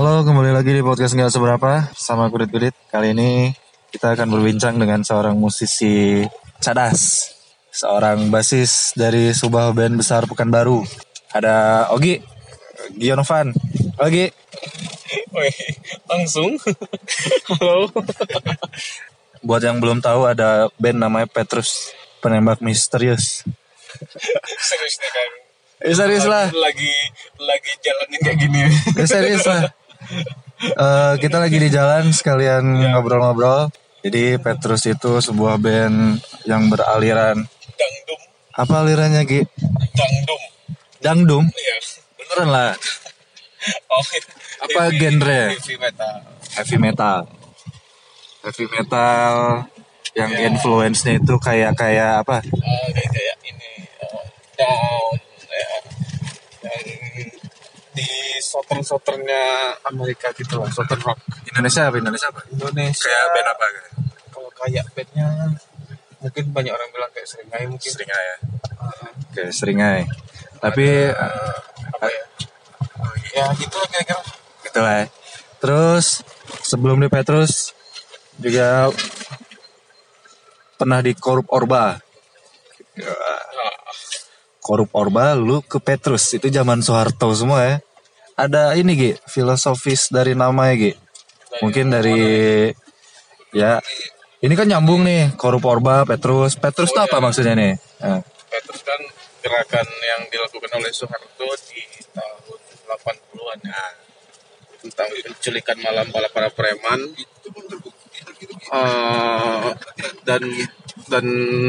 Halo, kembali lagi di podcast nggak seberapa sama Kulit-Kulit. Kali ini kita akan berbincang dengan seorang musisi cadas, seorang basis dari sebuah band besar Pekanbaru. Ada Ogi Gionovan. Ogi. Woi, langsung. Halo. Buat yang belum tahu, ada band namanya Petrus, penembak misterius. Serius nih kan? Serius lah. Lagi jalanin kayak gini. Serius lah. Kita lagi di jalan sekalian ngobrol-ngobrol. Jadi Petrus itu sebuah band yang beraliran Dangdum. apa alirannya, Gi? Dangdum. Dangdum? Iya. Beneran lah. Oh, Apa genre? Heavy metal. Heavy metal. Heavy metal yang influence-nya itu kayak apa? Kayak ini down ya. Yang di southern-southernnya Amerika gitu lah, southern rock. Indonesia apa? Indonesia. Kayak band apa? Kalau kayak bandnya mungkin banyak orang bilang kayak Seringai mungkin. Seringai ya. Oke, Seringai. Tapi Apa ya? Ya gitu lah kira-kira. gitu lah. Terus sebelum di Petrus juga pernah di Korup Orba. Korup Orba lu ke Petrus, itu zaman Soeharto semua ya. Ada ini Gi, filosofis dari namanya Gi. Mungkin dari ya ini kan nyambung nih, Korup Orba, Petrus. Petrus itu apa maksudnya nih? Petrus kan gerakan yang dilakukan oleh Soeharto di tahun 80-an ya, tentang penculikan malam para preman. Dan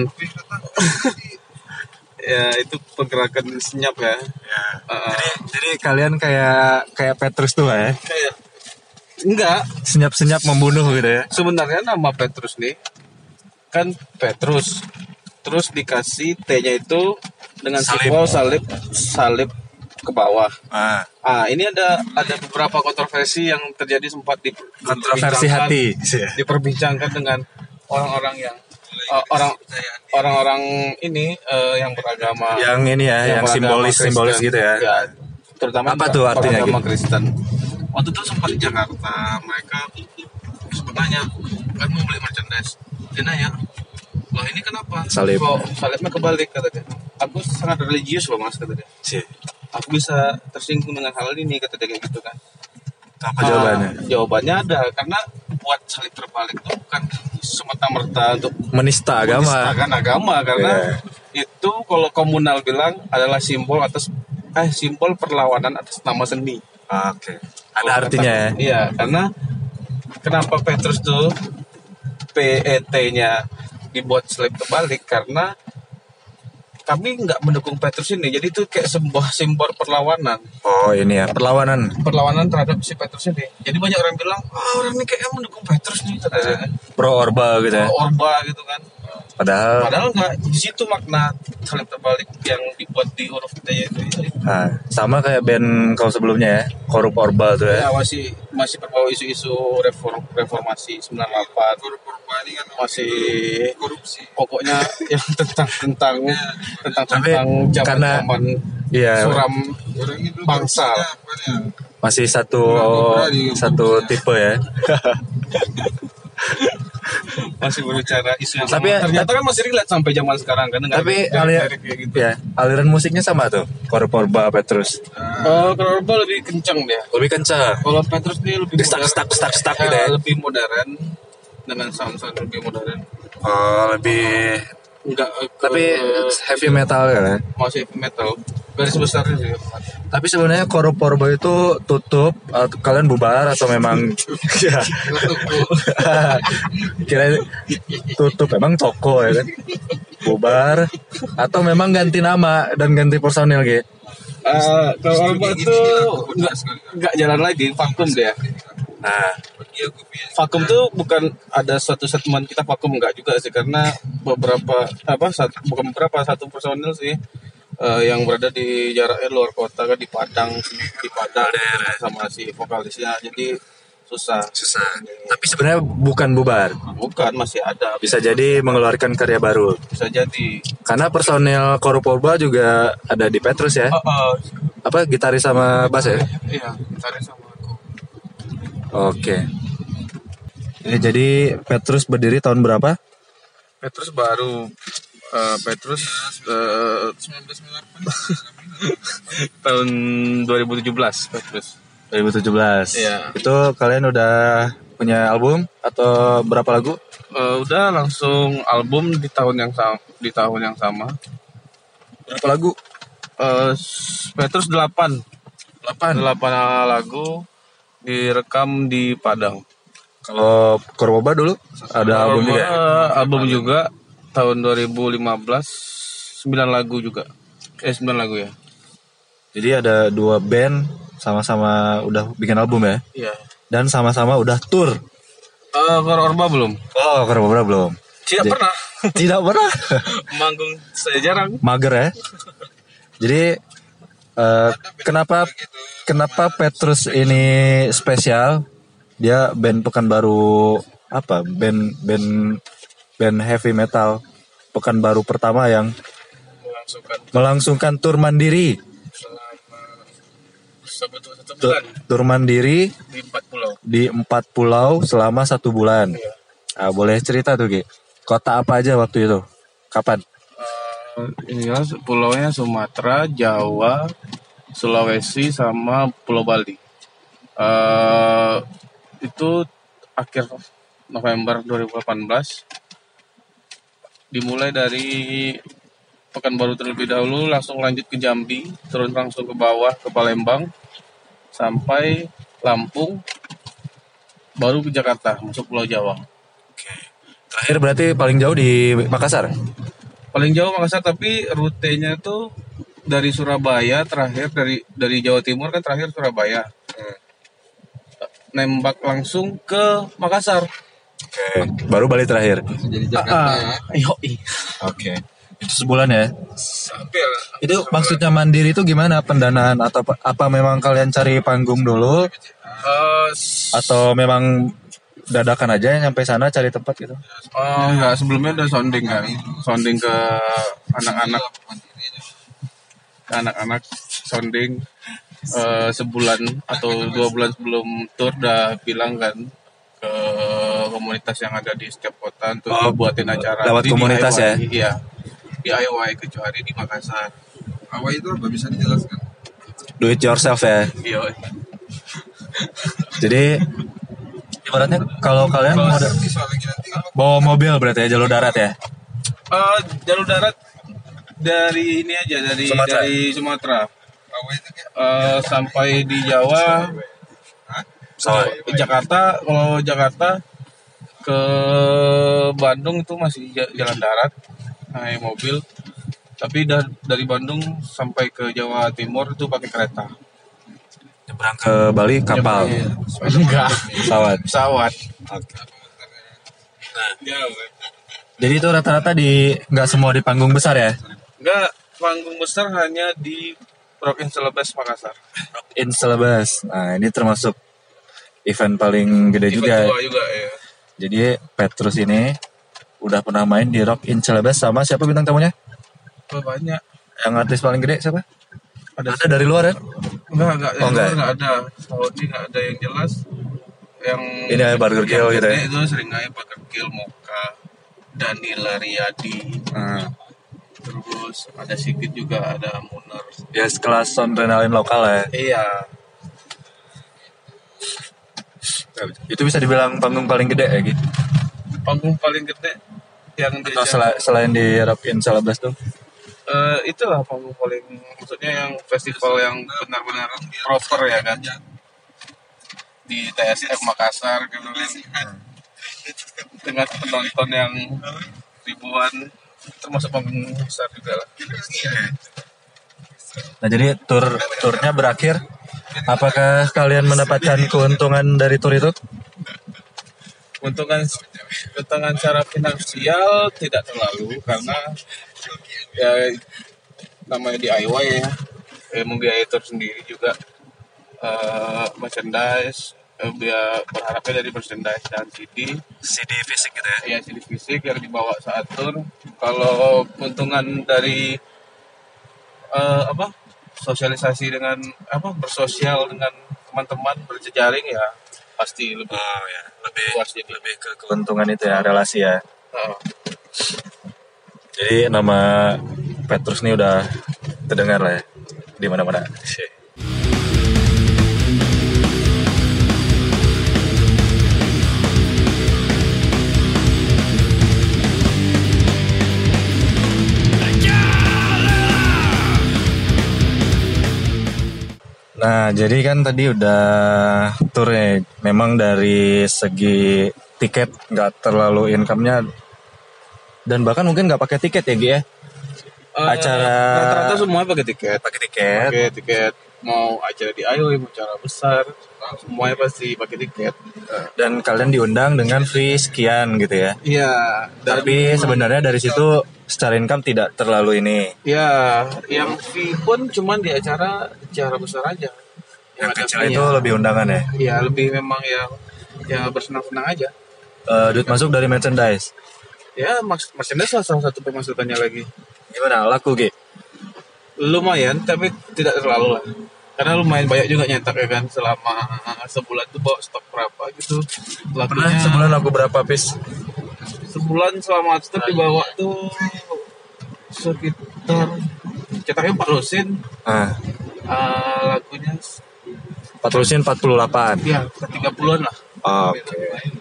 ya itu pergerakan senyap ya. Jadi kalian kayak Petrus tuh ya? Kayak enggak, Senyap-senyap membunuh gitu ya? sebenarnya nama Petrus nih kan Petrus, terus dikasih T-nya itu dengan simbol salib ke bawah. Ini ada beberapa kontroversi yang terjadi, sempat Kontroversi hati. diperbincangkan dengan orang-orang yang orang-orang ini yang beragama, Yang ini ya, yang simbolis gitu ya. Terutama apa tuh artinya beragama gitu? Kristen. Waktu itu sempat di Jakarta, mereka sebenarnya kan mau beli merchandise. Dia nanya, loh ini kenapa? Salib. Kok salibnya kebalik, kata dia. Aku sangat religius loh mas, kata dia. Aku bisa tersinggung dengan hal ini, kata dia, kayak gitu kan. Apa jawabannya? Jawabannya ada, karena buat salib terbalik itu bukan semata-merta untuk Menista agama. menistakan agama, karena itu kalau komunal bilang adalah simbol perlawanan atas nama seni. Oke. Ada artinya ya? Iya, karena kenapa Petrus tuh PET-nya dibuat salib terbalik, karena kami nggak mendukung Petrus ini, jadi itu kayak sebuah simbol perlawanan. Oh ini ya, perlawanan Terhadap si Petrus ini. Jadi banyak orang bilang, orang ini kayaknya mendukung Petrus nih, katanya. Pro Orba gitu ya. Orba gitu kan. Padahal Nggak, di situ makna salib terbalik yang dibuat di huruf T itu. sama kayak band kau sebelumnya ya, Korup Orba tuh ya. Ya masih berbau isu-isu reformasi 98. Masih korupsi. Pokoknya yang tentang karena zaman iya, suram bangsa. masih satu tipe ya. Masih berbicara isu yang Tapi sama. Ternyata kan masih relate sampai zaman sekarang kan. Tapi gitu. aliran musiknya sama tuh, Korup Orba, Petrus. Kalau Orba lebih kencang dia. Lebih kencang. Kalau Petrus ini lebih Stuck gitu ya. lebih modern, dengan sound lebih modern. Lebih Enggak, tapi heavy metal ya. masih metal. Garis besarnya sih. Tapi sebenarnya Korup Orba itu tutup, kalian bubar atau memang ya. Kira tutup emang toko ya kan. Bubar atau memang ganti nama dan ganti personil gitu. Kalau Orba itu enggak jalan lagi, vakum dia. Vakum tuh bukan ada suatu statement kita vakum, enggak juga sih, karena satu personil sih yang berada di jarak luar kota kan, di Padang sama si vokalisnya, jadi susah. Tapi sebenarnya bukan bubar. Bukan, masih ada. Bisa jadi mengeluarkan karya baru. Bisa jadi. Karena personil Korup Orba juga ada di Petrus ya. Apa gitaris sama bass ya? Iya, gitaris sama aku. Oke. Jadi Petrus berdiri tahun berapa? Petrus baru Petrus 1998 tahun 2017 Petrus. 2017. Iya. Itu kalian udah punya album atau berapa lagu? Udah langsung album di tahun yang sama. Berapa lagu? Petrus 8 lagu direkam di Padang. Kalau Korboba dulu ada album juga? Album juga tahun 2015 9 lagu juga. 9 lagu ya. Jadi ada 2 band sama-sama udah bikin album ya? Iya. Dan sama-sama udah tour. Kororba belum? Oh, Korboba belum. Tidak pernah. Tidak pernah. Manggung saya jarang. Mager ya. Jadi kenapa Petrus ini spesial? Dia band Pekanbaru apa? Band heavy metal Pekanbaru pertama yang melangsungkan tur mandiri. Tur mandiri di 4 pulau selama 1 bulan. Nah, boleh cerita tuh, Ki. Kota apa aja waktu itu? Kapan? Ini ya pulaunya Sumatera, Jawa, Sulawesi sama Pulau Bali. Itu akhir November 2018. Dimulai dari Pekanbaru terlebih dahulu, langsung lanjut ke Jambi, terus langsung ke bawah ke Palembang, sampai Lampung, baru ke Jakarta, masuk Pulau Jawa. Terakhir berarti paling jauh di Makassar? Paling jauh Makassar, tapi rutenya tuh dari Surabaya terakhir, dari Jawa Timur kan terakhir Surabaya. Nembak langsung ke Makassar. Oke. Baru balik terakhir. Jadi Jakarta ya. Oke. Itu sebulan ya? Itu maksudnya mandiri itu gimana? Pendanaan atau apa memang kalian cari panggung dulu? Atau memang dadakan aja nyampe sana cari tempat gitu? Enggak, sebelumnya udah sounding kan. Sounding ke anak-anak sounding sebulan atau 2 bulan sebelum tour udah bilang kan ke komunitas yang ada di setiap kota untuk buatin acara. Lewat komunitas ya? Iya. Di IOI kecuali di Makassar. IOI itu apa bisa dijelaskan? Do it yourself ya. Iya. Jadi ibaratnya kalau kalian bawa mobil berarti ya, jalur darat ya? Jalur darat dari ini aja dari Sumatera. Sampai di Jawa. Jakarta, kalau Jakarta ke Bandung itu masih jalan darat. Naik mobil, tapi dari Bandung sampai ke Jawa Timur itu pakai kereta. Nyebrang ke Bali kapal? Enggak, pesawat. Nah, jadi itu rata-rata nggak semua di panggung besar ya? Enggak, panggung besar hanya di Rock in Celebes Makassar. Rock in Celebes, nah ini termasuk event paling gede juga. Juga ya. Jadi Petrus ini udah pernah main di Rock in Celebes sama siapa bintang tamunya? Banyak. Yang artis paling gede siapa? Ada dari luar ya? Enggak. Enggak ada. Saudi enggak ada yang jelas. Yang ini ada Burger Kill gitu ya? Itu sering aja Burger Kill, Moka, Danila Riyadi. Terus ada Sigit juga, ada Munar. Ya sekelas adrenalin lokal ya? Iya. Itu bisa dibilang panggung paling gede ya gitu? Panggung paling gede yang di selain di Rock in Celebes tuh? Itulah panggung paling, maksudnya yang festival yang benar-benar proper ya kan, di TSF Makassar gitu kan, dengan penonton yang ribuan, termasuk panggung besar juga lah. Nah jadi turnya berakhir, apakah kalian mendapatkan keuntungan dari tur itu? Keuntungan secara finansial tidak terlalu, karena ya namanya DIY ya, membiayai tur sendiri juga. Merchandise, dia berharapnya dari merchandise dan CD fisik gitu ya? Iya, CD fisik yang dibawa saat tur. Kalau keuntungan dari sosialisasi dengan bersosial dengan teman-teman, berjejaring ya pasti lebih. Oh ya, lebih luas jadi. lebih ke keuntungan itu ya, relasi ya. Oh. Jadi nama Petrus ini udah terdengar lah ya di mana-mana. Nah, jadi kan tadi udah turnya. Memang dari segi tiket nggak terlalu income-nya, dan bahkan mungkin nggak pakai tiket ya Gi ya. Acara rata-rata semuanya pakai tiket. Pakai tiket. Pakai tiket. Mau acara di IOI, mau acara besar, semuanya pasti pakai tiket. Dan kalian diundang dengan fee sekian gitu ya. Iya. Tapi sebenarnya dari situ secara income tidak terlalu ini. Ya, yang fee pun cuman di acara besar aja. Yang kecil itu lebih undangan ya. Iya, lebih memang ya bersenang-senang aja. Duit masuk dari merchandise. Ya, merchandise salah satu pemasukannya lagi. Gimana laku Gi? Lumayan, tapi tidak terlalu lah. Karena lumayan banyak juga nyetak ya kan, selama sebulan tuh bawa stok berapa gitu. Pernah sebulan laku berapa piece? Sebulan selama stok dibawa tuh sekitar cetaknya 4 lusin. Lagunya 4 lusin 48. Iya, 30-an lah. Oke.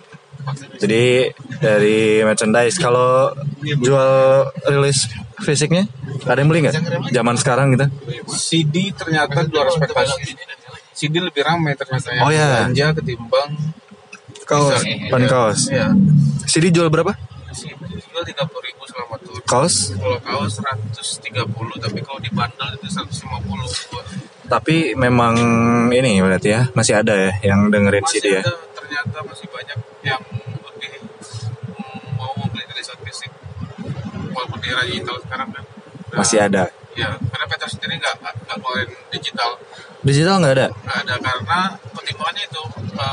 Jadi dari merchandise, kalau jual rilis fisiknya ada yang beli nggak? Zaman sekarang gitu? CD ternyata luar ekspektasi. CD lebih ramai ternyata ya. Oh ya. Belanja ketimbang Kaos, ban kaos. Iya. CD jual berapa? CD jual 30.000 selama tur. Kaos? Kalau kaos 130, tapi kalau di bundle itu 150. Tapi memang ini berarti ya, masih ada ya yang dengerin masih CD ya? Ada, ternyata masih banyak yang lebih mau membeli tulisan fisik. Walaupun di era digital sekarang kan. Masih ada? Ya, karena Petrus sendiri nggak ngeluarin digital. Digital nggak ada? Nggak ada, karena pertimbangannya itu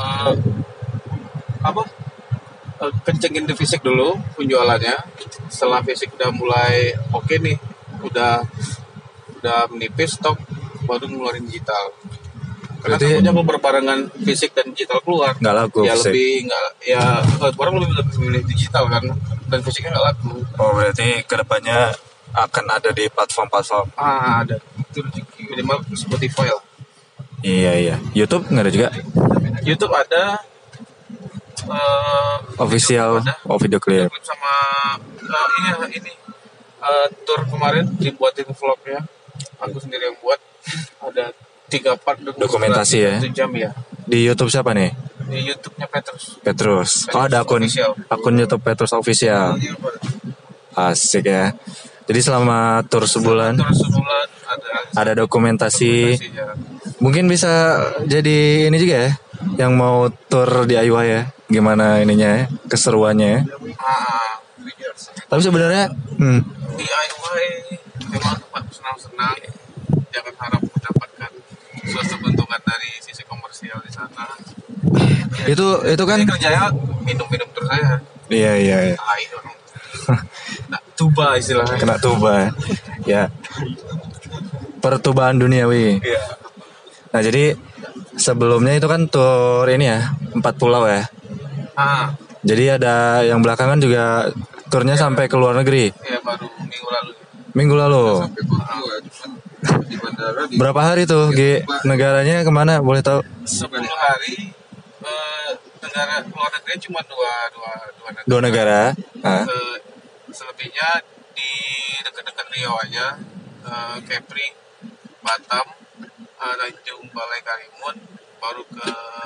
kencengin di fisik dulu penjualannya. Setelah fisik udah mulai oke nih, udah menipis stok, baru ngeluarin digital. Karena takutnya kalau berbarengan fisik dan digital keluar, nggak laku. Ya fisik. lebih nggak, ya orang lebih memilih digital kan, dan fisiknya nggak laku. Oh berarti kedepannya akan ada di platform-platform. Ada. Itu rezeki minimal Spotify lah. Iya. YouTube nggak ada juga? YouTube ada. Official, video klip. Sama ini tour kemarin dibuatin vlognya. Aku sendiri yang buat. Ada 3 part dokumentasi ya. 1 jam ya. Di YouTube siapa nih? Di YouTube-nya Petrus. Oh ada akun YouTube Petrus Official. Asik ya. Jadi selama tur sebulan ada dokumentasi. Mungkin bisa jadi ini juga ya, yang mau tur DIY ya, gimana ininya ya, keseruannya ya. Tapi sebenarnya DIY memang tempat senang-senang. Jangan harap mendapatkan suatu keuntungan dari sisi komersial di sana. Itu kan kerjanya minum-minum terus saya. Iya. Nah, tuba istilahnya. Kena tuba ya. Pertubaan duniawi. Iya. Nah jadi sebelumnya itu kan tur ini ya, 4 pulau ya. Jadi ada yang belakangan juga turnya sampai ke luar negeri. Iya, baru minggu lalu. Di bandara berapa hari tuh G? Negaranya kemana boleh tahu? 10 hari. Negara luar negeri cuma dua negara. Selebihnya di dekat-dekat Riau aja. Kepri, Batam, Tanjung Balai Karimun, baru ke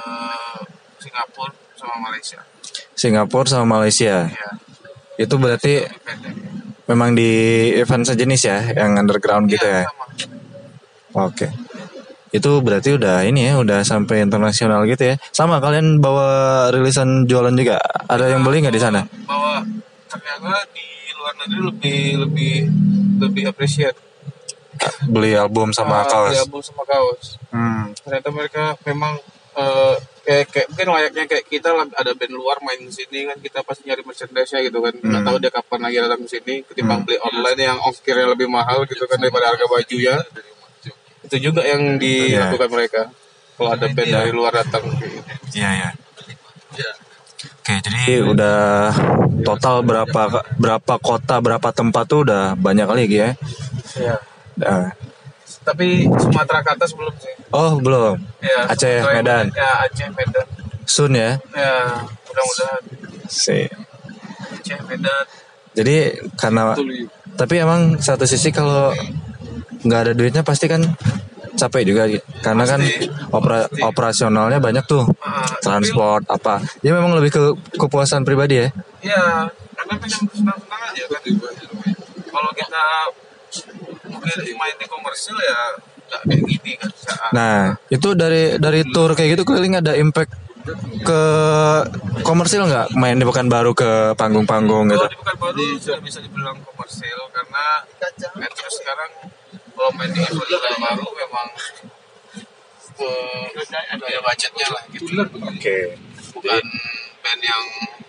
Singapura sama Malaysia. Ya. Itu berarti memang di event sejenis ya, yang underground gitu ya. Sama. Oke. Itu berarti udah ini ya, udah sampai internasional gitu ya. Sama kalian bawa rilisan jualan juga. Ada yang beli nggak di sana? Bawa, ternyata di luar negeri lebih appreciate. Beli album sama kaos. Beli album sama kaos. Ternyata mereka memang kayak mungkin layaknya kayak kita ada band luar main di sini kan, kita pasti nyari merchandise-nya gitu kan. Nggak tahu dia kapan lagi datang ke sini, ketimbang beli online yang ongkirnya lebih mahal gitu kan daripada harga bajunya. Itu juga yang dilakukan mereka kalau ada band dari luar datang. Iya. Oke, jadi udah total berapa kota, berapa tempat tuh udah banyak kali ya. Iya. Nah. Tapi Sumatera ke atas belum sih. Oh, belum. Ya, Aceh, Medan. Ya, Aceh, Medan. Sun ya. Ya, mudah-mudahan. Sih. Aceh, Medan. Jadi karena tapi emang satu sisi kalau nggak ada duitnya pasti kan capek juga karena kan operasionalnya banyak tuh, transport apa ya, memang lebih ke kepuasan pribadi ya. Iya, karena pengen senang-senang aja kan. Kalau kita mungkin main di komersil ya nggak kayak gini kan. Nah itu dari tour kayak gitu keliling ada impact ke komersil nggak, main di Pekanbaru ke panggung-panggung gitu? Di Pekanbaru sudah bisa dibilang komersil karena terus sekarang kalau main di Pekanbaru memang ada budgetnya lah gitu. Oke. Bukan band yang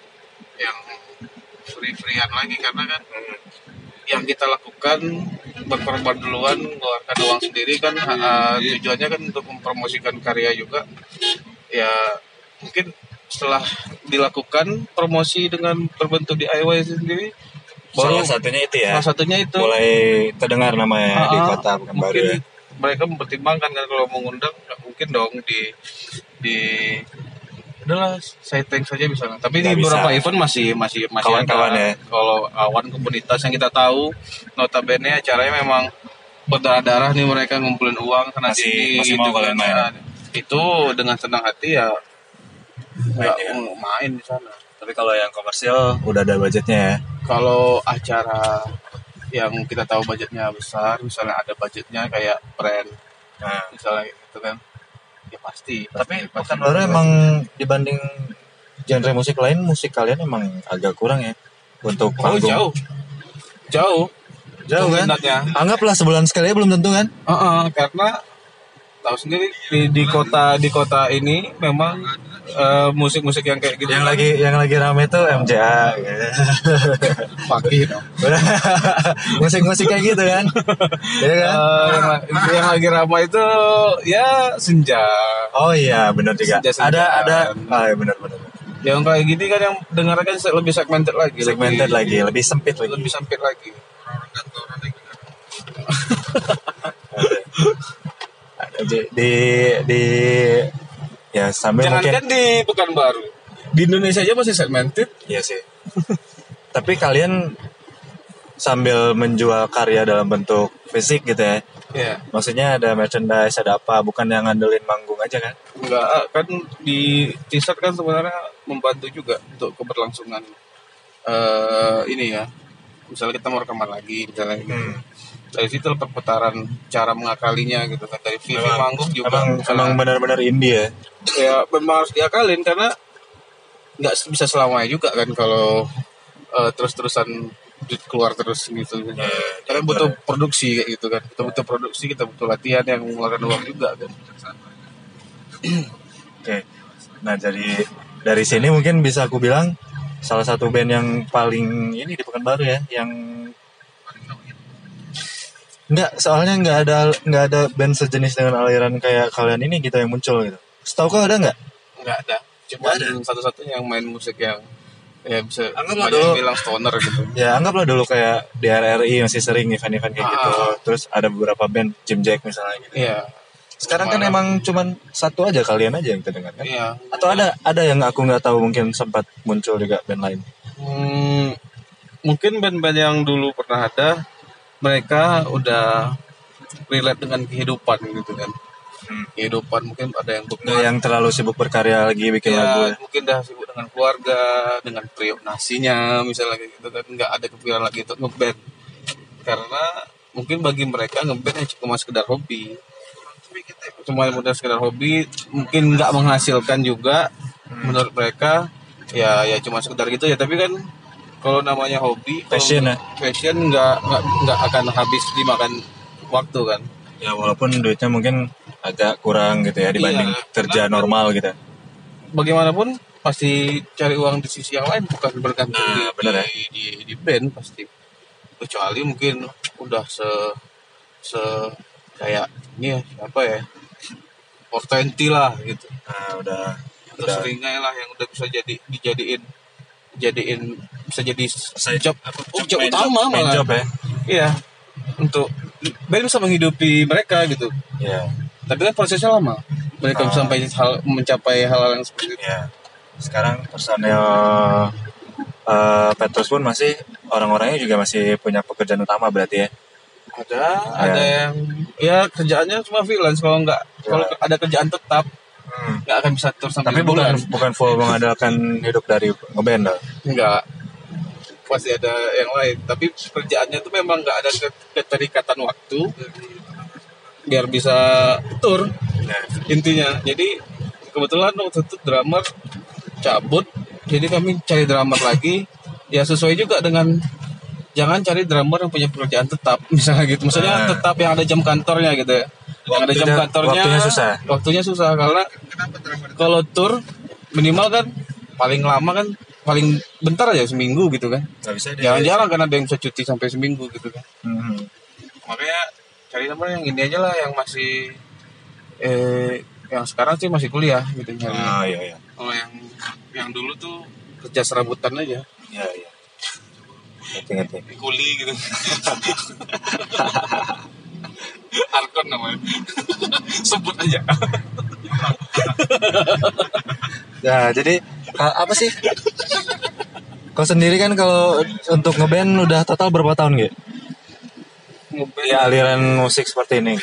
free-freean lagi karena kan yang kita lakukan berkorban duluan, mengeluarkan uang sendiri kan, tujuannya kan untuk mempromosikan karya juga. Ya mungkin setelah dilakukan promosi dengan berbentuk DIY sendiri, salah satunya itu mulai terdengar namanya di kota Pekanbaru ya. Mereka mempertimbangkan kan kalau mengundang nggak mungkin dong di adalah saya tank saja bisa. Tapi di beberapa event masih kawan-kawan ada. Ya. Kalau awan komunitas yang kita tahu, notabene acaranya memang berdarah-darah nih, mereka ngumpulin uang karena masih mau kalian main. Itu dengan senang hati ya main di sana. Tapi kalau yang komersil udah ada budgetnya ya. Kalau acara yang kita tahu budgetnya besar, misalnya ada budgetnya kayak brand, misalnya gitu kan. Ya pasti. Tapi Pekanbaru emang dibanding genre musik lain, musik kalian emang agak kurang ya untuk panggung. Jauh kan? Anggaplah sebulan sekali belum tentu kan? Karena tahu sendiri di kota ini memang musik-musik yang kayak gitu. Yang lagi rame tuh MJA gitu. Fakih dong. Musik-musik kayak gitu kan. Ya kan? Yang lagi ramai itu ya senja. Oh iya, benar juga. Ada ya benar. Yang kayak gini kan yang dengarkan lebih segmented lagi. Lebih sempit lagi. Lebih sempit lagi. Orang kantoran lagi. di ya sambil jangankan mungkin di Pekanbaru, di Indonesia aja masih segmented. Iya sih. Tapi kalian sambil menjual karya dalam bentuk fisik gitu ya. Iya. Maksudnya ada merchandise, ada apa, bukan yang ngandelin manggung aja kan? Enggak, kan di t-shirt kan sebenarnya membantu juga untuk keberlangsungan ini ya. Misalnya kita mau rekaman lagi misalnya. Dari situ perputaran cara mengakalinya gitu kan, dari film manggung juga emang benar-benar indie ya. Ya memang harus diakalin karena nggak bisa selamanya juga kan kalau terus-terusan keluar terus gitu. Karena butuh produksi kayak gitu kan. Kita butuh produksi, kita butuh latihan yang mengeluarkan uang juga kan. Oke. Nah, dari sini mungkin bisa aku bilang salah satu band yang paling ini di Pekanbaru ya, yang soalnya nggak ada band sejenis dengan aliran kayak kalian ini gitu yang muncul gitu. Setahu kau ada nggak? Nggak ada. Cuma satu-satunya yang main musik yang ya bisa anggaplah dulu bilang stoner gitu. Ya anggaplah dulu kayak di RRI masih sering event-event kayak gitu. Terus ada beberapa band, Jim Jack misalnya gitu. Iya. Sekarang kan emang cuman satu aja, kalian aja yang terdengar kan? Iya. Atau ada yang aku nggak tahu, mungkin sempat muncul juga band lain. Mungkin band-band yang dulu pernah ada, mereka udah relate dengan kehidupan gitu kan. Kehidupan mungkin ada yang yang terlalu sibuk berkarya lagi bikin lagu. Mungkin dah sibuk dengan keluarga, dengan periuk nasinya misalnya gitu kan, nggak ada kepikiran lagi untuk ngeband. Karena mungkin bagi mereka ngeband cuma sekedar hobi. Cuma sekedar hobi, mungkin nggak menghasilkan juga menurut mereka. Ya cuma sekedar gitu ya, tapi kan kalau namanya hobi, passion nggak akan habis dimakan waktu kan. Ya walaupun duitnya mungkin agak kurang gitu ya dibanding kerja normal gitu. Bagaimanapun pasti cari uang di sisi yang lain, bukan bergantung di band pasti. Kecuali mungkin udah se kayak ini ya, siapa ya, 420 lah gitu. Nah udah Atau seringai lah yang udah bisa dijadiin bisa jadi job utama malah. Job ya. Iya. Untuk band bisa menghidupi mereka gitu. Iya. Tapi kan prosesnya lama. Mereka bisa mencapai hal-hal yang seperti itu. Iya. Sekarang personel Petrus pun masih orang-orangnya juga masih punya pekerjaan utama berarti ya. Ada yang ya kerjaannya cuma freelance kalau ada kerjaan tetap nggak akan bisa tur sampai. Tapi bukan full mengandalkan hidup dari ngeband loh. Enggak. Pasti ada yang lain, tapi kerjaannya tuh memang nggak ada keterikatan waktu biar bisa tur intinya. Jadi kebetulan waktu itu drummer cabut, jadi kami cari drummer lagi ya sesuai juga dengan jangan cari drummer yang punya pekerjaan tetap misalnya gitu, maksudnya tetap yang ada jam kantornya gitu ya. Yang ada jam kantornya waktunya susah karena kalau tur minimal kan paling lama kan paling bentar aja seminggu gitu kan. Jarang-jarang kan ada yang bisa cuti sampai seminggu gitu kan. Makanya cari nomor yang ini aja lah yang masih yang sekarang sih masih kuliah gitu nyari. Iya. Kalau yang dulu tuh kerja serabutan aja. Iya. Ngerti. Kuli gitu. Arkon namanya. Sebut aja. Ya, jadi apa sih? Kau sendiri kan kalau untuk ngeband udah total berapa tahun gitu? Ya aliran musik seperti ini.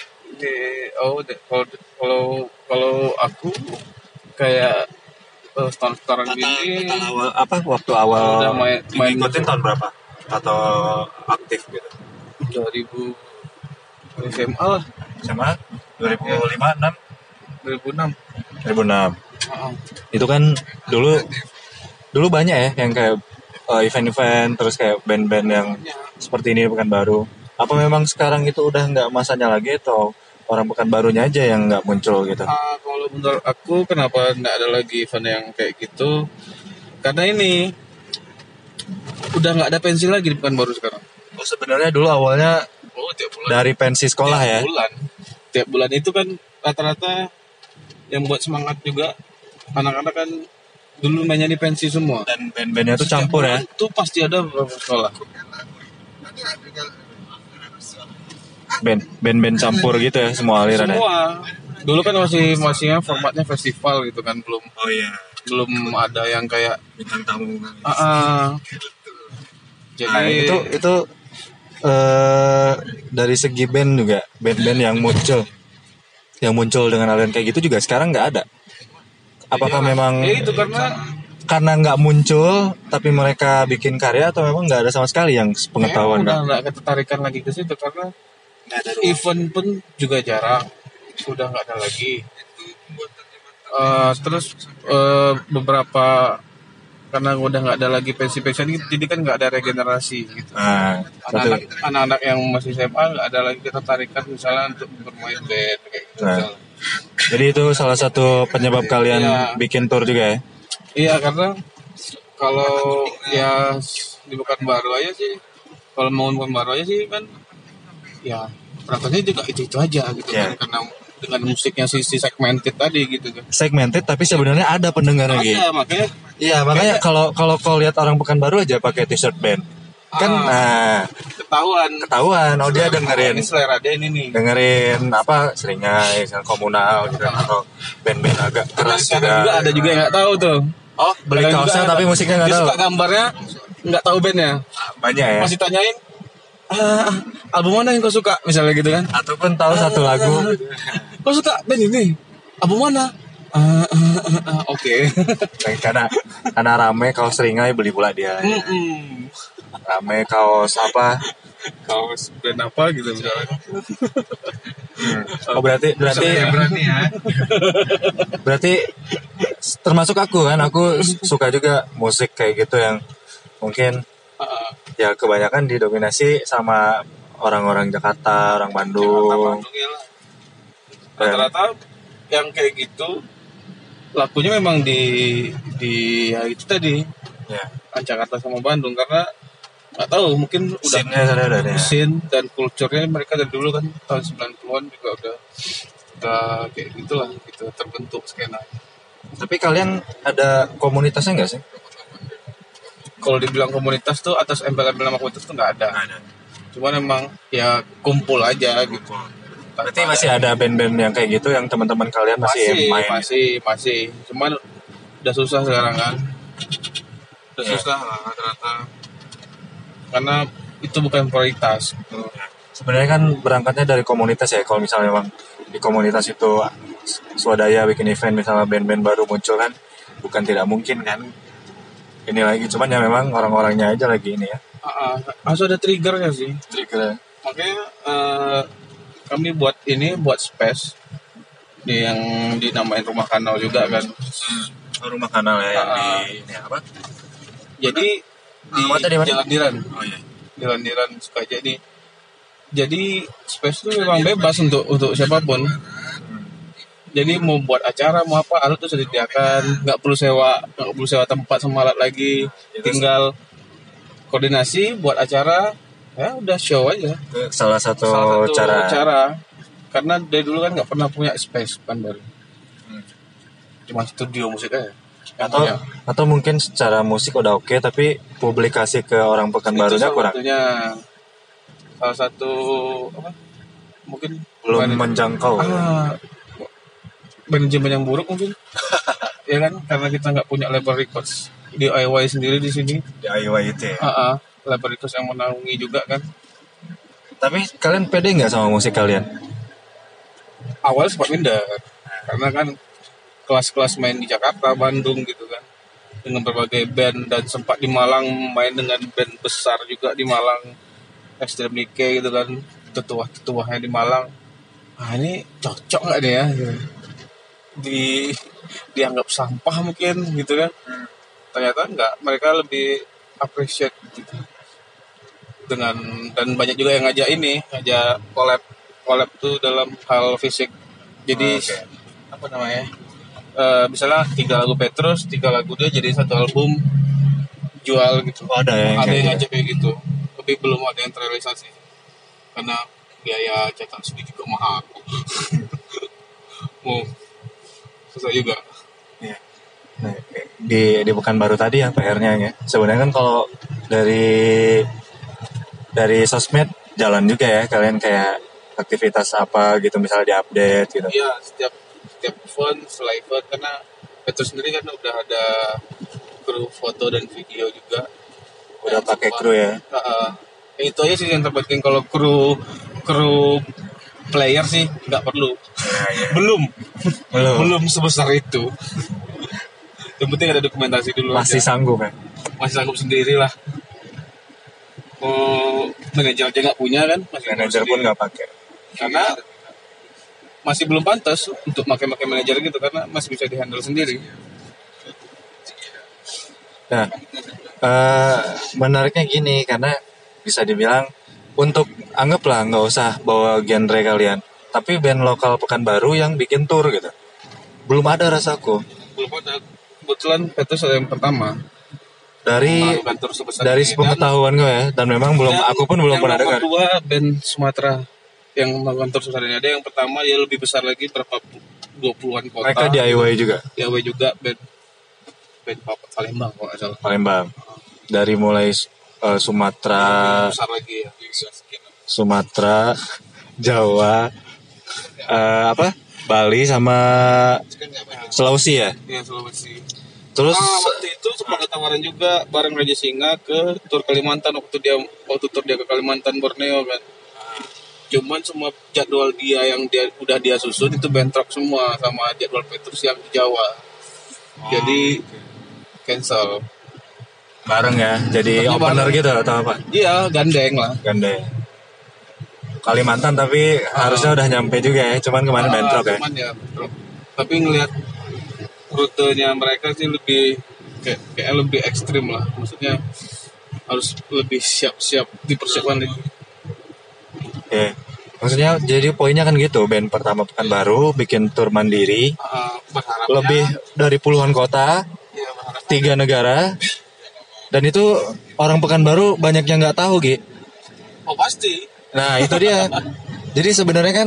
Kalau aku kayak setahun gini. Waktu awal udah main ngikutin tahun berapa? Atau aktif gitu? 2000 SMA lah. SMA 2005 2006. Itu kan dulu banyak ya yang kayak event-event terus kayak band-band yang seperti ini Pekanbaru. Apa memang sekarang itu udah nggak masanya lagi atau orang Pekanbarunya aja yang nggak muncul gitu? Kalau menurut aku kenapa nggak ada lagi event yang kayak gitu? Karena ini udah nggak ada pensi lagi di Pekanbaru sekarang. Oh sebenarnya dulu awalnya tiap bulan. Dari pensi sekolah Tiap bulan itu kan rata-rata yang buat semangat juga anak-anak kan dulu mainnya di pensi semua. Dan band-bandnya tuh campur ya? Itu pasti ada beberapa sekolah. Band campur gitu ya semua aliran ya? Semua. Dulu kan masih formatnya festival gitu kan belum. Oh iya. Belum ada yang kayak bintang tamu. Jadi itu dari segi band juga band-band yang muncul dengan aliran kayak gitu juga sekarang nggak ada. Apakah memang itu karena nggak muncul tapi mereka bikin karya atau memang nggak ada sama sekali yang pengetahuan? Udah nggak ketertarikan lagi ke situ karena event pun juga jarang, sudah nggak ada lagi. Terus beberapa karena udah nggak ada lagi pensi-pensi jadi kan nggak ada regenerasi gitu. Anak-anak yang masih SMA nggak ada lagi ketertarikan misalnya untuk bermain band kayak gitu. Jadi itu salah satu penyebab kalian bikin tour juga ya? Iya karena kalau ya di Pekanbaru aja sih, kalau mau Pekanbaru aja sih kan ya peraturannya juga itu aja gitu kan karena dengan musiknya si segmented tadi gitu kan. Segmented tapi sebenarnya ada pendengarnya gitu. Makanya kalau kau lihat orang Pekanbaru aja pakai t-shirt band. Kan ketahuan. Oh dia dengerin. Ini selera dia ini nih. Dengerin apa seringai, komunal gitu atau band-band agak keras juga. Ada juga yang enggak tahu tuh. Oh, beli kaosnya tapi musiknya enggak tahu. Suka gambarnya enggak tahu bandnya. Banyak ya. Masih tanyain album mana yang kau suka misalnya gitu kan, ataupun tahu satu lagu kau suka band ini album mana oke. karena rame kaos seringai beli pula dia rame kaos band apa gitu misalnya. Berarti berarti termasuk aku suka juga musik kayak gitu yang mungkin ya kebanyakan didominasi sama orang-orang Jakarta, orang Bandung. Rata-rata yang kayak gitu lakunya memang di ya itu tadi. Ya. Jakarta sama Bandung karena nggak tahu mungkin udah scene dan kulturnya mereka dari dulu kan tahun 90-an juga udah kayak gitulah gitu terbentuk skena. Tapi kalian ada komunitasnya nggak sih? Kalau dibilang komunitas tuh atas embel-embel nama komunitas tuh nggak ada. Cuman emang ya kumpul aja gitu. Berarti masih ada band-band yang kayak gitu yang teman-teman kalian masih main? Masih. Cuman udah susah sekarang kan. Udah susah lah rata-rata. Karena itu bukan prioritas. Sebenarnya kan berangkatnya dari komunitas ya. Kalau misalnya memang di komunitas itu swadaya bikin event, misalnya band-band baru muncul kan, bukan tidak mungkin kan. Ini lagi, cuman ya memang orang-orangnya aja lagi ini ya. Harus ada triggernya sih. Trigger. Makanya kami buat space yang dinamain Rumah Kanal juga kan. Rumah Kanal ya yang di ini apa? Jadi di Jalan Diran. Oh iya. Jalan Diran suka jadi space itu memang bebas untuk siapapun. Jadi mau buat acara mau apa alat tuh sudah disediakan, nggak perlu sewa tempat sama alat lagi, tinggal koordinasi buat acara, ya udah show aja. Salah satu cara. Karena dari dulu kan nggak pernah punya space kan baru, cuma studio musik aja. Atau mungkin secara musik udah oke, tapi publikasi ke orang Pekanbarunya kurang. Salah satu apa? Mungkin belum menjangkau. Manajemen yang buruk mungkin. Ya kan, karena kita nggak punya label records DIY sendiri di sini. DIY itu ya. Label records yang menaungi juga kan. Tapi kalian pede nggak sama musik kalian? Awal sempat minder, karena kan kelas-kelas main di Jakarta, Bandung gitu kan, dengan berbagai band, dan sempat di Malang main dengan band besar juga di Malang, Extreme Decay gitu kan, tetua-tetuanya di Malang. Ini cocok nggak nih ya? Gitu. Dianggap sampah mungkin gitu kan. Ternyata enggak, mereka lebih appreciate gitu. Dan banyak juga yang ngajak collab tuh dalam hal fisik. Jadi apa namanya? Misalnya 3 lagu Petrus, 3 lagu dia jadi satu album jual gitu. Ada yang ngajak kayak gitu. Tapi belum ada yang terrealisasi. Karena biaya cetak CD juga mahal. Susah juga. Ya. Nah, di Pekanbaru tadi ya PR-nya ya. Sebenarnya kan kalau dari sosmed jalan juga ya, kalian kayak aktivitas apa gitu misalnya diupdate gitu. Iya, setiap event, setelah event, karena Petrus sendiri kan udah ada kru foto dan video juga. Udah pakai kru ya. Itu aja sih yang terpenting. Kalau kru player sih nggak perlu. Belum sebesar itu. Yang penting ada dokumentasi dulu. Masih aja. Sanggup ya? Masih sanggup sendiri lah. Manajer aja nggak punya kan? Manajer pun nggak pakai. Karena masih belum pantas untuk pakai manajer gitu, karena masih bisa dihandle sendiri. Nah, menariknya gini, karena bisa dibilang untuk anggaplah nggak usah bawa genre kalian, tapi band lokal Pekanbaru yang bikin tour gitu, belum ada rasaku. Belum ada. Kebetulan Petrus yang pertama dari sepengetahuan gue ya, dan memang aku pun belum pernah dengar. Yang kedua band Sumatera yang melakukan tour sebesar ini. Ada yang pertama ya lebih besar lagi, berapa 20-an kota. Mereka DIY juga. DIY juga band Palembang kalau nggak salah. Palembang. Dari mulai Sumatera, besar lagi ya. Sumatera, Jawa, Bali sama Sulawesi ya. Iya, Sulawesi. Terus waktu itu sempat tawaran juga bareng Raja Singa ke tur Kalimantan, waktu tur dia ke Kalimantan Borneo kan. Cuman semua jadwal dia yang udah dia susun itu bentrok semua sama jadwal Petrus yang di Jawa. Jadi cancel. Bareng ya, jadi opener gitu atau apa? Iya, gandeng lah. Gandeng. Kalimantan tapi harusnya udah nyampe juga ya, cuman kemarin bentrok ya. Cuman ya bentrok. Tapi ngelihat rutenya mereka sih lebih kayak lebih ekstrim lah. Maksudnya harus lebih siap-siap dipersiapkan lagi. Oke. Maksudnya jadi poinnya kan gitu, band pertama Pekanbaru bikin tur mandiri, lebih dari puluhan kota, 3 negara, dan itu orang Pekanbaru banyak yang nggak tahu, Gi. Oh pasti. Nah itu dia. Jadi sebenarnya kan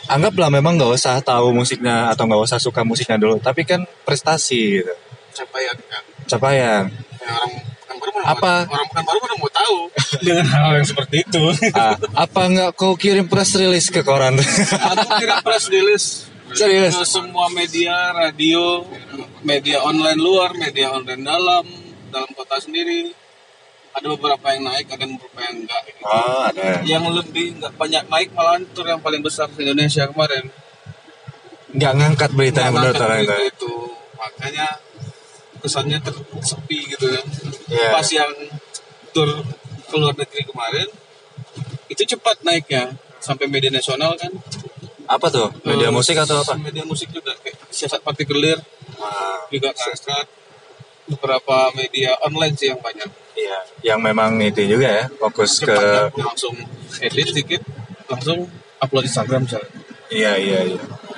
anggaplah memang nggak usah tahu musiknya atau nggak usah suka musiknya dulu, tapi kan prestasi gitu. Capaian kan. Capaian. Orang apa? Orang Pekanbaru udah mau tahu dengan hal yang seperti itu. Apa nggak kau kirim press release ke koran? Aku kirim press release. Serius? Ke semua media, radio, media online luar, media online dalam kota sendiri. Ada beberapa yang naik, ada beberapa yang enggak. Gitu. Ada. Yang lebih nggak banyak naik malah tur yang paling besar di Indonesia kemarin. Nggak ngangkat berita yang benar itu. Makanya kesannya tersepi gitu kan. Yeah. Pas yang tur ke luar negeri kemarin itu cepat naiknya sampai media nasional kan. Apa tuh? Media musik atau apa? Media musik juga kayak siasat partikelir juga ngangkat. Beberapa media online sih yang banyak. Iya, yang memang itu juga ya, fokus cepat, ke langsung edit sedikit, langsung upload Instagram misalnya. Iya.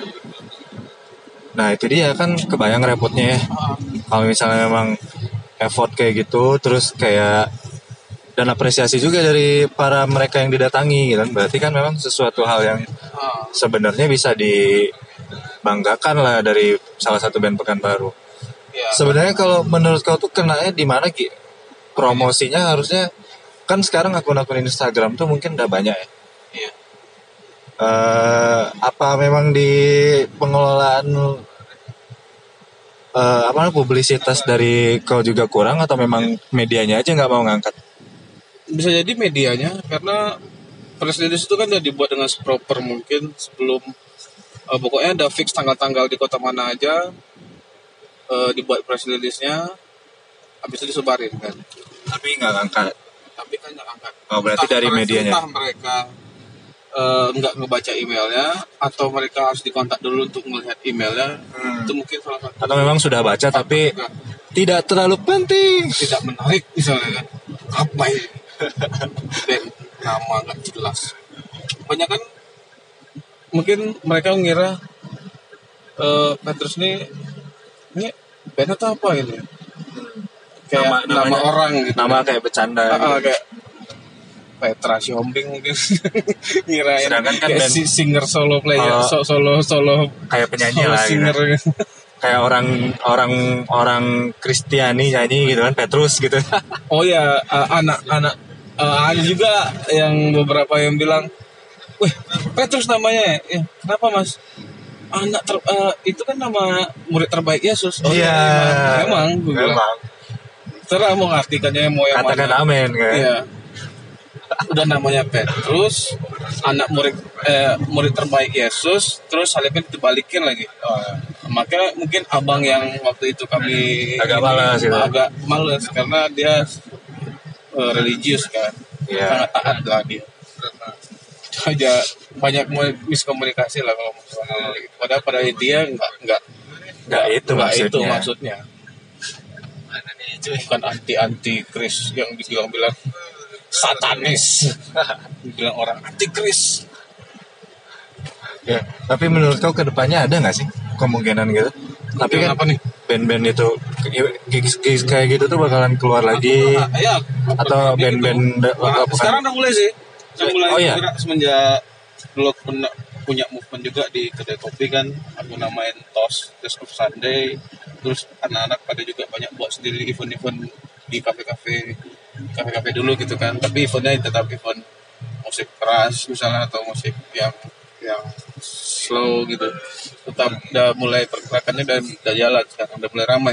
Nah itu dia kan kebayang repotnya ya. Kalau misalnya memang effort kayak gitu, terus kayak dan apresiasi juga dari para mereka yang didatangi gitu kan. Berarti kan memang sesuatu hal yang sebenarnya bisa dibanggakan lah dari salah satu band Pekanbaru. Ya, sebenarnya kalau menurut kau tuh kenanya di mana Ki? Promosinya harusnya kan sekarang akun-akun Instagram tuh mungkin udah banyak ya. Iya. Apa memang di pengelolaan publisitas dari kau juga kurang atau memang medianya aja nggak mau ngangkat? Bisa jadi medianya karena press release itu kan udah dibuat dengan proper mungkin sebelum pokoknya ada fix tanggal-tanggal di kota mana aja dibuat press release-nya habis itu disebarin kan. Tapi nggak ngangkat. Oh berarti entah dari medianya. Entah mereka nggak ngebaca emailnya atau mereka harus dikontak dulu untuk melihat emailnya. Itu mungkin salah satu. Atau memang sudah baca tapi tidak terlalu penting, tidak menarik misalnya kan. Apa ini? Dan nama nggak jelas. Banyak kan mungkin mereka mengira Petrus ini band atau apa gitu. Kayak nama orang gitu. Nama kayak bercanda gitu. Kayak Petra Siombing mungkin ngirain sedangkan kan kayak band, singer solo player solo kayak penyanyi lah singer gitu. Kayak orang Kristiani nyanyi gitu kan Petrus gitu. Oh ya anak-anak ada juga yang beberapa yang bilang wih Petrus namanya ya. Kenapa mas? Itu kan nama murid terbaik Yesus. Oh iya memang terserah mau ngartikannya mau yang katakan mana. Amin kan. Iya. Udah namanya Petrus, anak murid terbaik Yesus, terus salibnya dibalikin lagi. Makanya mungkin abang yang waktu itu kami agak malas karena dia religius kan, sangat taat lah dia. Aja banyak miskomunikasi lah kalau masalah gitu. Padahal pada intinya nggak itu maksudnya. Bukan anti Kris yang bilang satanis, bilang orang antikris. Ya, tapi menurut kau kedepannya ada nggak sih kemungkinan gitu? Tapi kan apa nih? Band-band itu gigs kayak gitu tuh bakalan keluar lagi, atau band-band sekarang udah mulai sih. Mulai semenjak dulu punya movement juga di kedai kopi kan, aku namain Toast of Sunday. Terus anak-anak pada juga banyak buat sendiri event-event di kafe-kafe dulu gitu kan, tapi eventnya tetap event musik keras misalnya atau musik yang slow gitu, tetap udah mulai pergerakannya udah jalan sekarang, udah mulai ramai.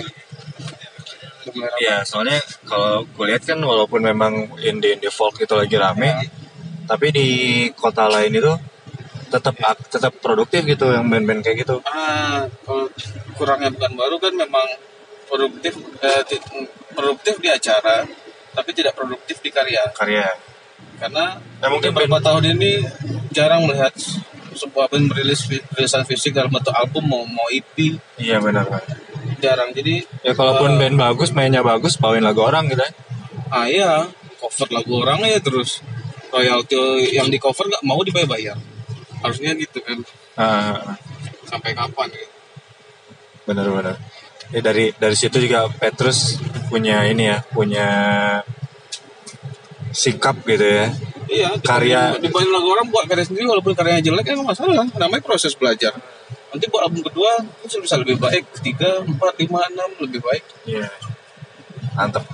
Iya, soalnya kalau gue lihat kan walaupun memang indie folk itu lagi rame, tapi di kota lain itu tetap produktif gitu yang band-band kayak gitu. Kalau kurangnya Pekanbaru kan memang produktif di acara, tapi tidak produktif di karya. Karena mungkin beberapa tahun ini jarang melihat sebuah band rilisan fisik dalam bentuk album mau EP. Iya benar. Jarang. Jadi ya kalaupun band bagus, mainnya bagus, bawain lagu orang gitu. Iya, cover lagu orang ya terus royalti yang di cover nggak mau dibayar. Harusnya gitu kan. Sampai kapan gitu. Benar. Ya dari situ juga Petrus punya sikap gitu ya. Iya, karya dibanding lagu orang buat karya sendiri walaupun karyanya jelek ya nggak masalah, namanya proses belajar. Nanti buat album kedua itu bisa lebih baik, 3, 4, 5, 6 lebih baik. Iya. Mantap.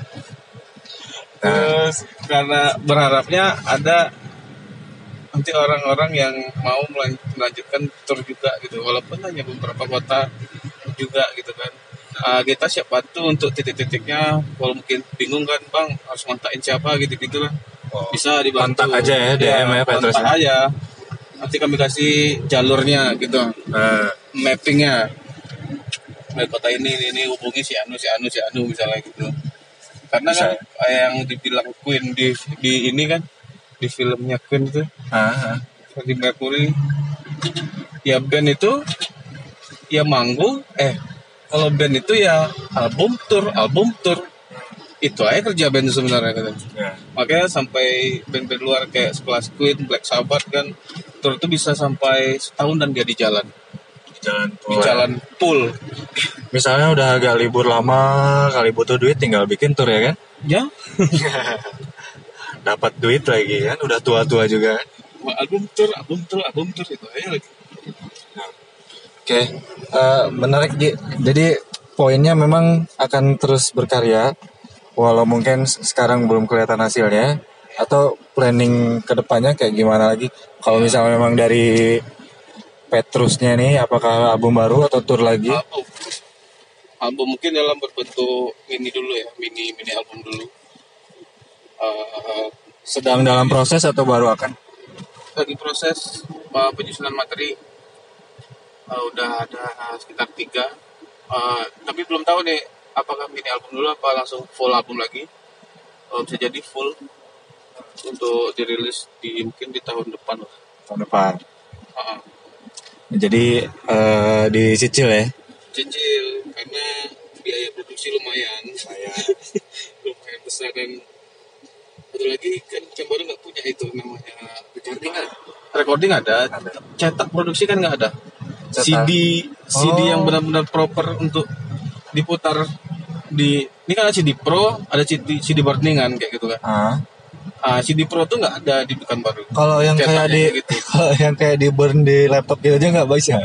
Terus karena berharapnya ada nanti orang-orang yang mau melanjutkan tour juga gitu, walaupun hanya beberapa kota juga gitu kan. Kita siap bantu untuk titik-titiknya. Kalau mungkin bingung kan bang harus kontakin siapa gitu-gitu lah. Bisa dibantu. Kontak aja ya DM ya Petrus. Kontak aja. Nanti kami kasih jalurnya gitu. Mappingnya. Nah, kota ini hubungi si Anu misalnya gitu. Karena bisa. Kan yang dibilang Queen di ini kan di filmnya Queen itu. Di Mercury. Ya band itu ya manggung kalau band itu ya album tour itu aja kerja band sebenarnya kan. Makanya sampai band-band luar kayak sekelas Queen, Black Sabbath kan tour itu bisa sampai setahun dan dia di jalan full. Misalnya udah agak libur lama kali butuh duit tinggal bikin tour ya kan? Ya. Dapat duit lagi kan, udah tua-tua juga kan? Album tour itu aja lagi. Oke, menarik Ji. Jadi poinnya memang akan terus berkarya, walau mungkin sekarang belum kelihatan hasilnya. Atau planning kedepannya kayak gimana lagi? Kalau misalnya memang dari Petrusnya nih, apakah album baru atau tour lagi? Album mungkin dalam berbentuk mini dulu ya, mini album dulu. Sedang dalam proses atau baru akan? Lagi proses penyusunan materi. Udah ada sekitar 3 tapi belum tahu nih apakah mini album dulu apa langsung full album lagi. Bisa jadi full untuk dirilis mungkin di tahun depan. Jadi dicicil ya? Cicil karena biaya produksi lumayan besar. Dan satu lagi kan baru nggak punya itu namanya recording ada. Cetak produksi kan nggak ada. CD yang benar-benar proper untuk diputar ini kan ada CD Pro, ada CD burningan kayak gitu kan. CD Pro tuh nggak ada di Pekanbaru. Kalau yang kayak di burn di laptop gitu aja nggak bisa.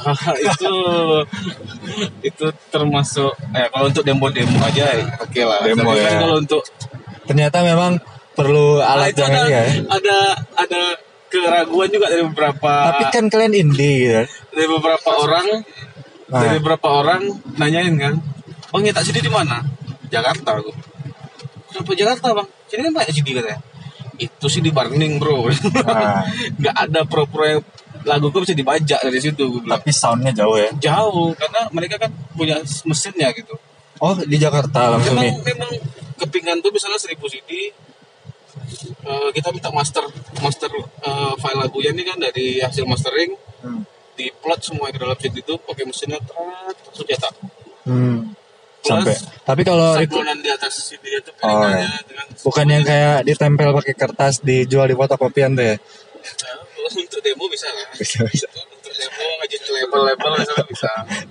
itu termasuk kalau untuk demo aja oke lah. Demo ya. Kan kalau untuk ternyata memang perlu alat yang ini ya. Ada keraguan juga dari beberapa. Tapi kan kalian indie gitu. Dari beberapa orang nanyain kan, bang nyetak CD di mana? Jakarta aku. Kenapa Jakarta bang? Sini kan banyak CD katanya. Itu sih di burning bro. Nggak ada pro yang laguku bisa dibajak dari situ. Tapi soundnya jauh ya? Jauh karena mereka kan punya mesinnya gitu. Oh di Jakarta langsung nih? Memang kepingan tuh misalnya 1000 CD. Kita minta master file lagunya ini kan dari hasil mastering diplot semua ke dalam CD itu pakai mesinnya langsung cetak. Sampai. Tapi kalau sablonan di atas CD itu piringannya dengan bukan yang kayak ditempel pakai kertas dijual di fotokopian tuh ya? Untuk demo bisa lah. Bisa. Untuk demo ngajin label bisa.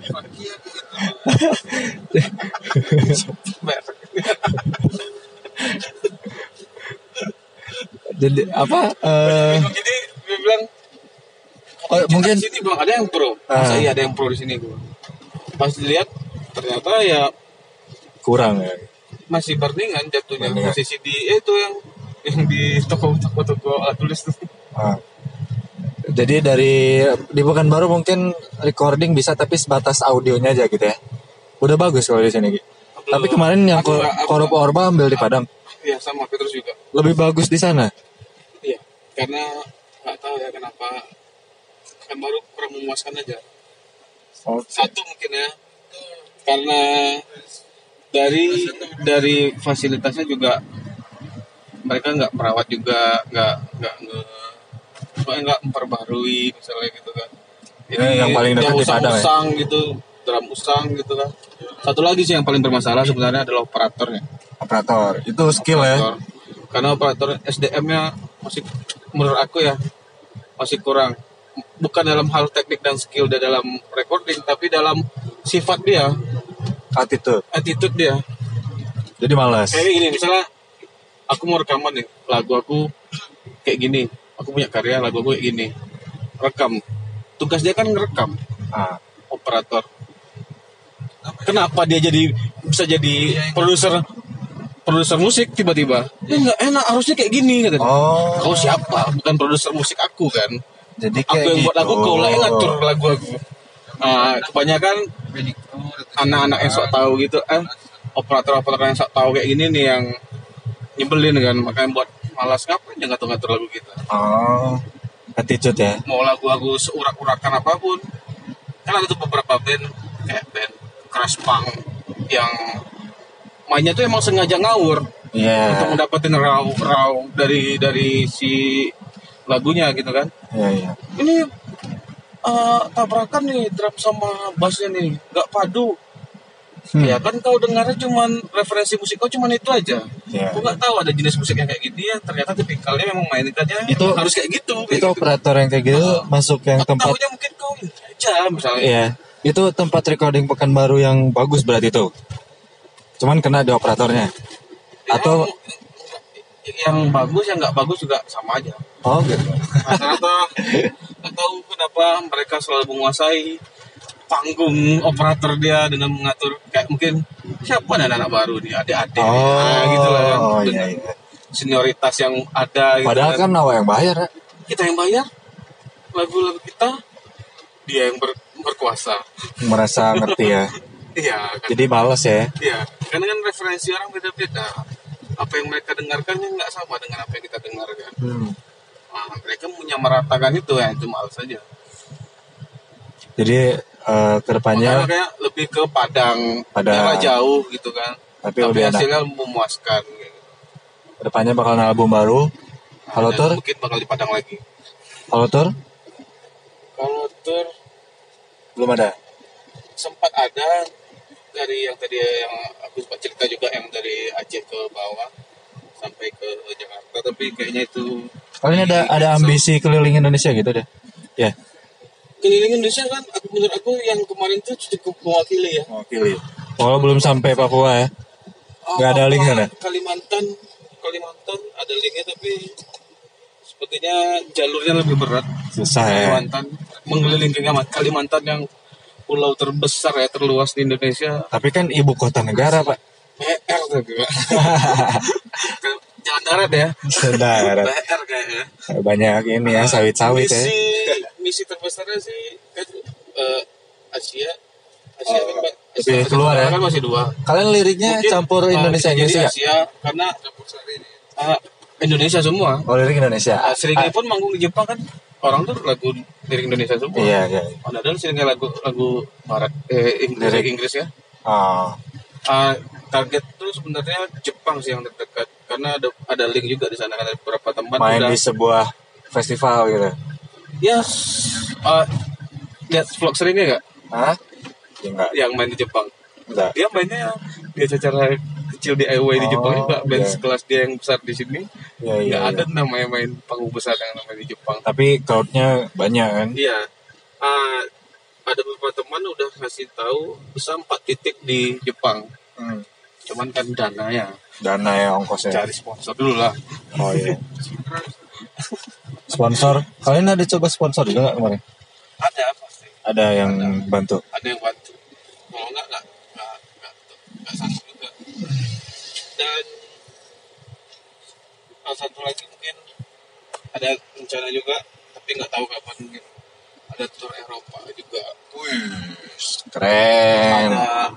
Jadi apa? Jadi gue bilang mungkin sini belum ada yang pro. Masa iya ada yang pro di sini gue. Pas dilihat ternyata ya kurang ya. Masih burningan jatuhnya. Masih CD itu yang di toko alat tulis tuh. Jadi di Pekanbaru mungkin recording bisa tapi sebatas audionya aja gitu ya. Udah bagus kalau di sini gitu. Tapi kemarin yang Korup Orba ambil di Padang. Iya sama Petrus juga. Lebih bagus di sana. Iya, karena nggak tahu ya kenapa kan baru kurang memuaskan aja. Satu mungkin ya, karena dari fasilitasnya juga mereka nggak merawat juga, nggak memperbarui misalnya gitu kan. Ini yang paling dekat di Padang usang ya? Gitu, drum usang gitu kan. Satu lagi sih yang paling bermasalah sebenarnya adalah operatornya. Operator itu skill ya. Karena operator SDM-nya masih menurut aku ya masih kurang. Bukan dalam hal teknik dan skill dia dalam recording, tapi dalam sifat dia. Attitude dia. Jadi malas. Kayak gini misalnya aku mau rekaman nih lagu aku kayak gini, aku punya karya lagu gue kayak gini, rekam. Tugas dia kan ngerekam. Operator. Kenapa dia bisa jadi produser musik tiba-tiba? Nggak enak, harusnya kayak gini katanya. Kau siapa? Bukan produser musik aku kan. Jadi aku yang buat lagu, kau lah yang ngatur lagu aku. Kebanyakan anak-anak yang sok tahu gitu, operator yang sok tahu kayak gini nih yang nyebelin kan, makanya buat malas ngapain dia ngatur-ngatur lagu kita. Attitude ya. Mau lagu-lagu seurak-urakan apapun. Kan ada tuh beberapa band kayak band crash punk yang mainnya tuh emang sengaja ngawur untuk mendapatkan raw dari si lagunya gitu kan. Ini tabrakan nih drum sama bassnya nih nggak padu. Ya kan kau dengarnya cuman referensi musik kau cuman itu aja. Kau nggak tahu ada jenis musik yang kayak gini ya. Ternyata tipikalnya memang mainkannya itu harus kayak gitu. Itu operator yang kayak gitu masuk yang tempat. Tahunya mungkin kau aja misalnya. Iya. Itu tempat recording Pekanbaru yang bagus berarti itu. Cuman kena di operatornya. Atau yang bagus yang nggak bagus juga sama aja. Gitu. Rata-rata nggak tahu kenapa mereka selalu menguasai panggung operator dia dengan mengatur kayak mungkin siapa anak baru nih adik-adik gitu lah kan. Senioritas yang ada gitu. Padahal kan Nawa yang bayar. Kita yang bayar lagu-lagu kita, dia yang berkuasa, merasa ngerti ya. Iya kan? Jadi malas ya. Iya, karena kan referensi orang beda-beda, apa yang mereka dengarkan nggak sama dengan apa yang kita dengarkan. Mereka menyamaratakan itu ya, itu malas saja. Jadi kedepannya kayak lebih ke Padang jauh gitu kan, tapi hasilnya memuaskan gitu. Kedepannya bakal album baru. Halo Tur mungkin bakal di Padang lagi. Halo Tur belum ada. Sempat ada dari yang tadi yang aku sempat cerita juga, yang dari Aceh ke bawah sampai ke Jakarta, tapi kayaknya itu kalian ada ambisi keliling Indonesia gitu deh ya. Keliling Indonesia kan menurut aku yang kemarin tuh cukup mewakili ya. Belum sampai Papua ya. Nggak ada link sana. Kalimantan ada linknya, tapi sepertinya jalurnya lebih berat. Susah ya. Kalimantan mengelilingi Kalimantan yang pulau terbesar ya, terluas di Indonesia. Tapi kan ibu kota negara Pak. PR tuh Pak. Jalan darat ya. Darat. PR kayaknya. Banyak ini ya, sawit-sawit ya. Misi terbesarnya sih Asia lebih keluar ya. Kan masih 2. Kalian liriknya mungkin, campur Indonesia Inggris ya? Asia karena Indonesia semua. Lirik Indonesia. Seringnya pun manggung di Jepang kan orang tuh lagu lirik Indonesia semua. Iya. Padahal seringnya lagu barat Inggris ya. Target tuh sebenarnya Jepang sih yang terdekat, karena ada link juga di sana, ada beberapa tempat main di sebuah festival gitu. Yes. Lihat vlog seringnya nggak? Enggak. Yang main di Jepang. Enggak. Dia mainnya acara kecil DIY di Jepang juga, band sekelas dia yang besar di sini. Nggak ada namanya main panggung besar yang namanya di Jepang. Tapi crowdnya banyak kan? Iya. Ada beberapa teman udah ngasih tahu bisa 4 titik di Jepang. Cuman kan dana ya ongkosnya. Cari sponsor dulu lah. Sponsor. Kalian ada coba sponsor juga nggak kemarin? Ada pasti. Ada yang bantu. Ada yang bantu. Kalau nggak sanggup juga. Dan satu lagi mungkin ada rencana juga, tapi nggak tahu kapan mungkin. Ada tour Eropa juga. Keren.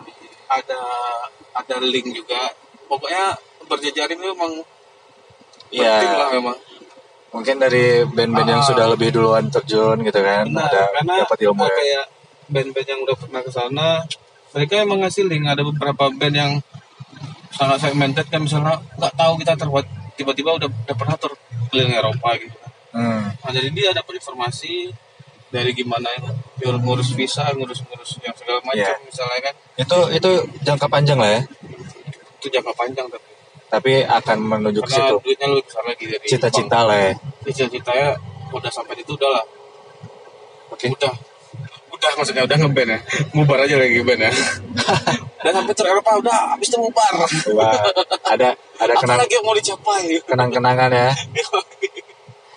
Ada link juga. Pokoknya berjejaring memang penting lah memang. Mungkin dari band-band yang sudah lebih duluan terjun gitu kan. Karena dapat ilmu ya. Kayak band-band yang udah pernah ke sana, mereka emang ngasih link. Ada beberapa band yang sangat segmented kan, misalnya nggak tahu kita terbuat tiba-tiba udah pernah tur keliling Eropa gitu kan. Jadi dia dapat informasi dari gimana ngurus visa, ngurus yang segala macam misalnya kan. Itu jangka panjang lah ya. Itu jangka panjang tapi akan menuju ke situ. Duitnya lebih besar lagi dari cita-cita lah ya. Cita-citanya udah sampai itu udah lah. Oke. Udah maksudnya udah ngeband ya. Mubar aja lagi band ya. Dan sampai tur Eropa udah habis itu mubar. Ada apa lagi yang mau dicapai? Kenang-kenangan ya.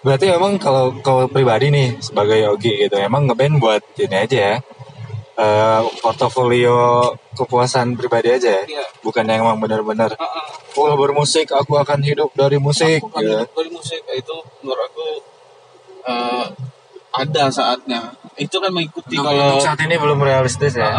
Berarti emang kalau kau pribadi nih sebagai Yogi gitu, emang ngeband buat ini aja ya, portofolio kepuasan pribadi aja ya, Iya. bukan yang emang benar-benar full bermusik, aku akan hidup dari musik. Aku kan hidup dari musik itu menurut aku ada saatnya. Itu kan mengikuti kalau saat ini belum realistis ya.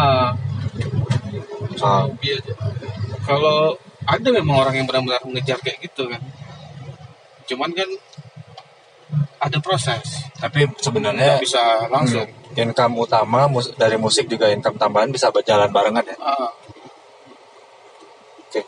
hobi aja. Kalau ada memang orang yang benar-benar mengejar kayak gitu kan. Cuman kan ada proses. Tapi sebenarnya Nggak bisa langsung. income utama dari musik juga income tambahan bisa berjalan barengan ya. Oke.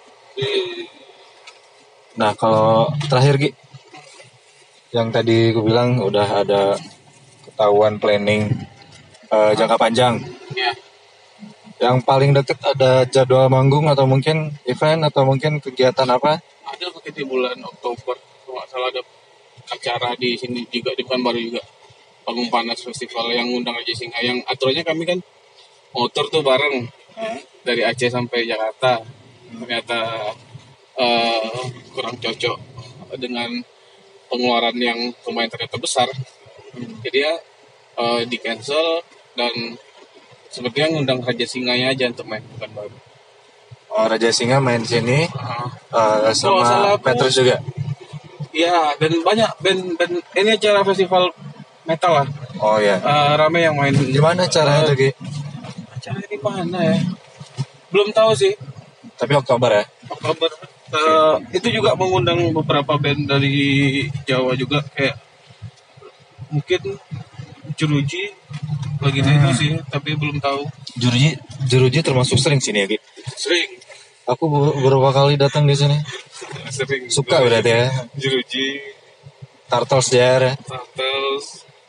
Nah kalau terakhir Gi, yang tadi aku bilang udah ada ketahuan planning jangka panjang. Iya. Yang paling deket ada jadwal manggung atau mungkin event atau mungkin kegiatan apa? Ada di bulan Oktober, kalau nggak salah ada acara di sini juga di Pekanbaru juga. Panggung Panas Festival yang ngundang Raja Singa. Yang aturannya kami kan motor tuh bareng dari Aceh sampai Jakarta. Ternyata kurang cocok dengan pengeluaran yang lumayan ternyata besar. Jadi ya di cancel dan sepertinya ngundang Raja Singanya aja untuk main Pekanbaru. Oh, Raja Singa main di sini sama Petrus juga. Iya, dan banyak band ini acara festival metal lah. Oh ya. Rame yang main. Gimana caranya tuh Gi? Acara di mana ya? Belum tahu sih. Tapi Oktober ya. Oktober. Itu juga mengundang beberapa band dari Jawa juga kayak mungkin Jeruji bagian itu sih, tapi belum tahu. Jeruji termasuk sering sini ya Gi. Sering. Aku beberapa kali datang di sini. Sering. Suka berarti ya. Jeruji. Turtles Jar. Turtles.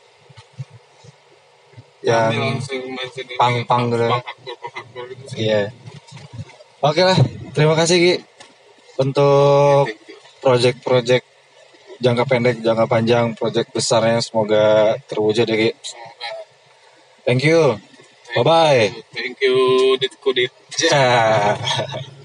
Yang pang gitu. Iya. Oke lah, terima kasih Gi untuk project-project jangka pendek, jangka panjang, project besarnya semoga terwujud ya Gi. Thank you. Bye bye. Thank you Dit Kudit. Yeah.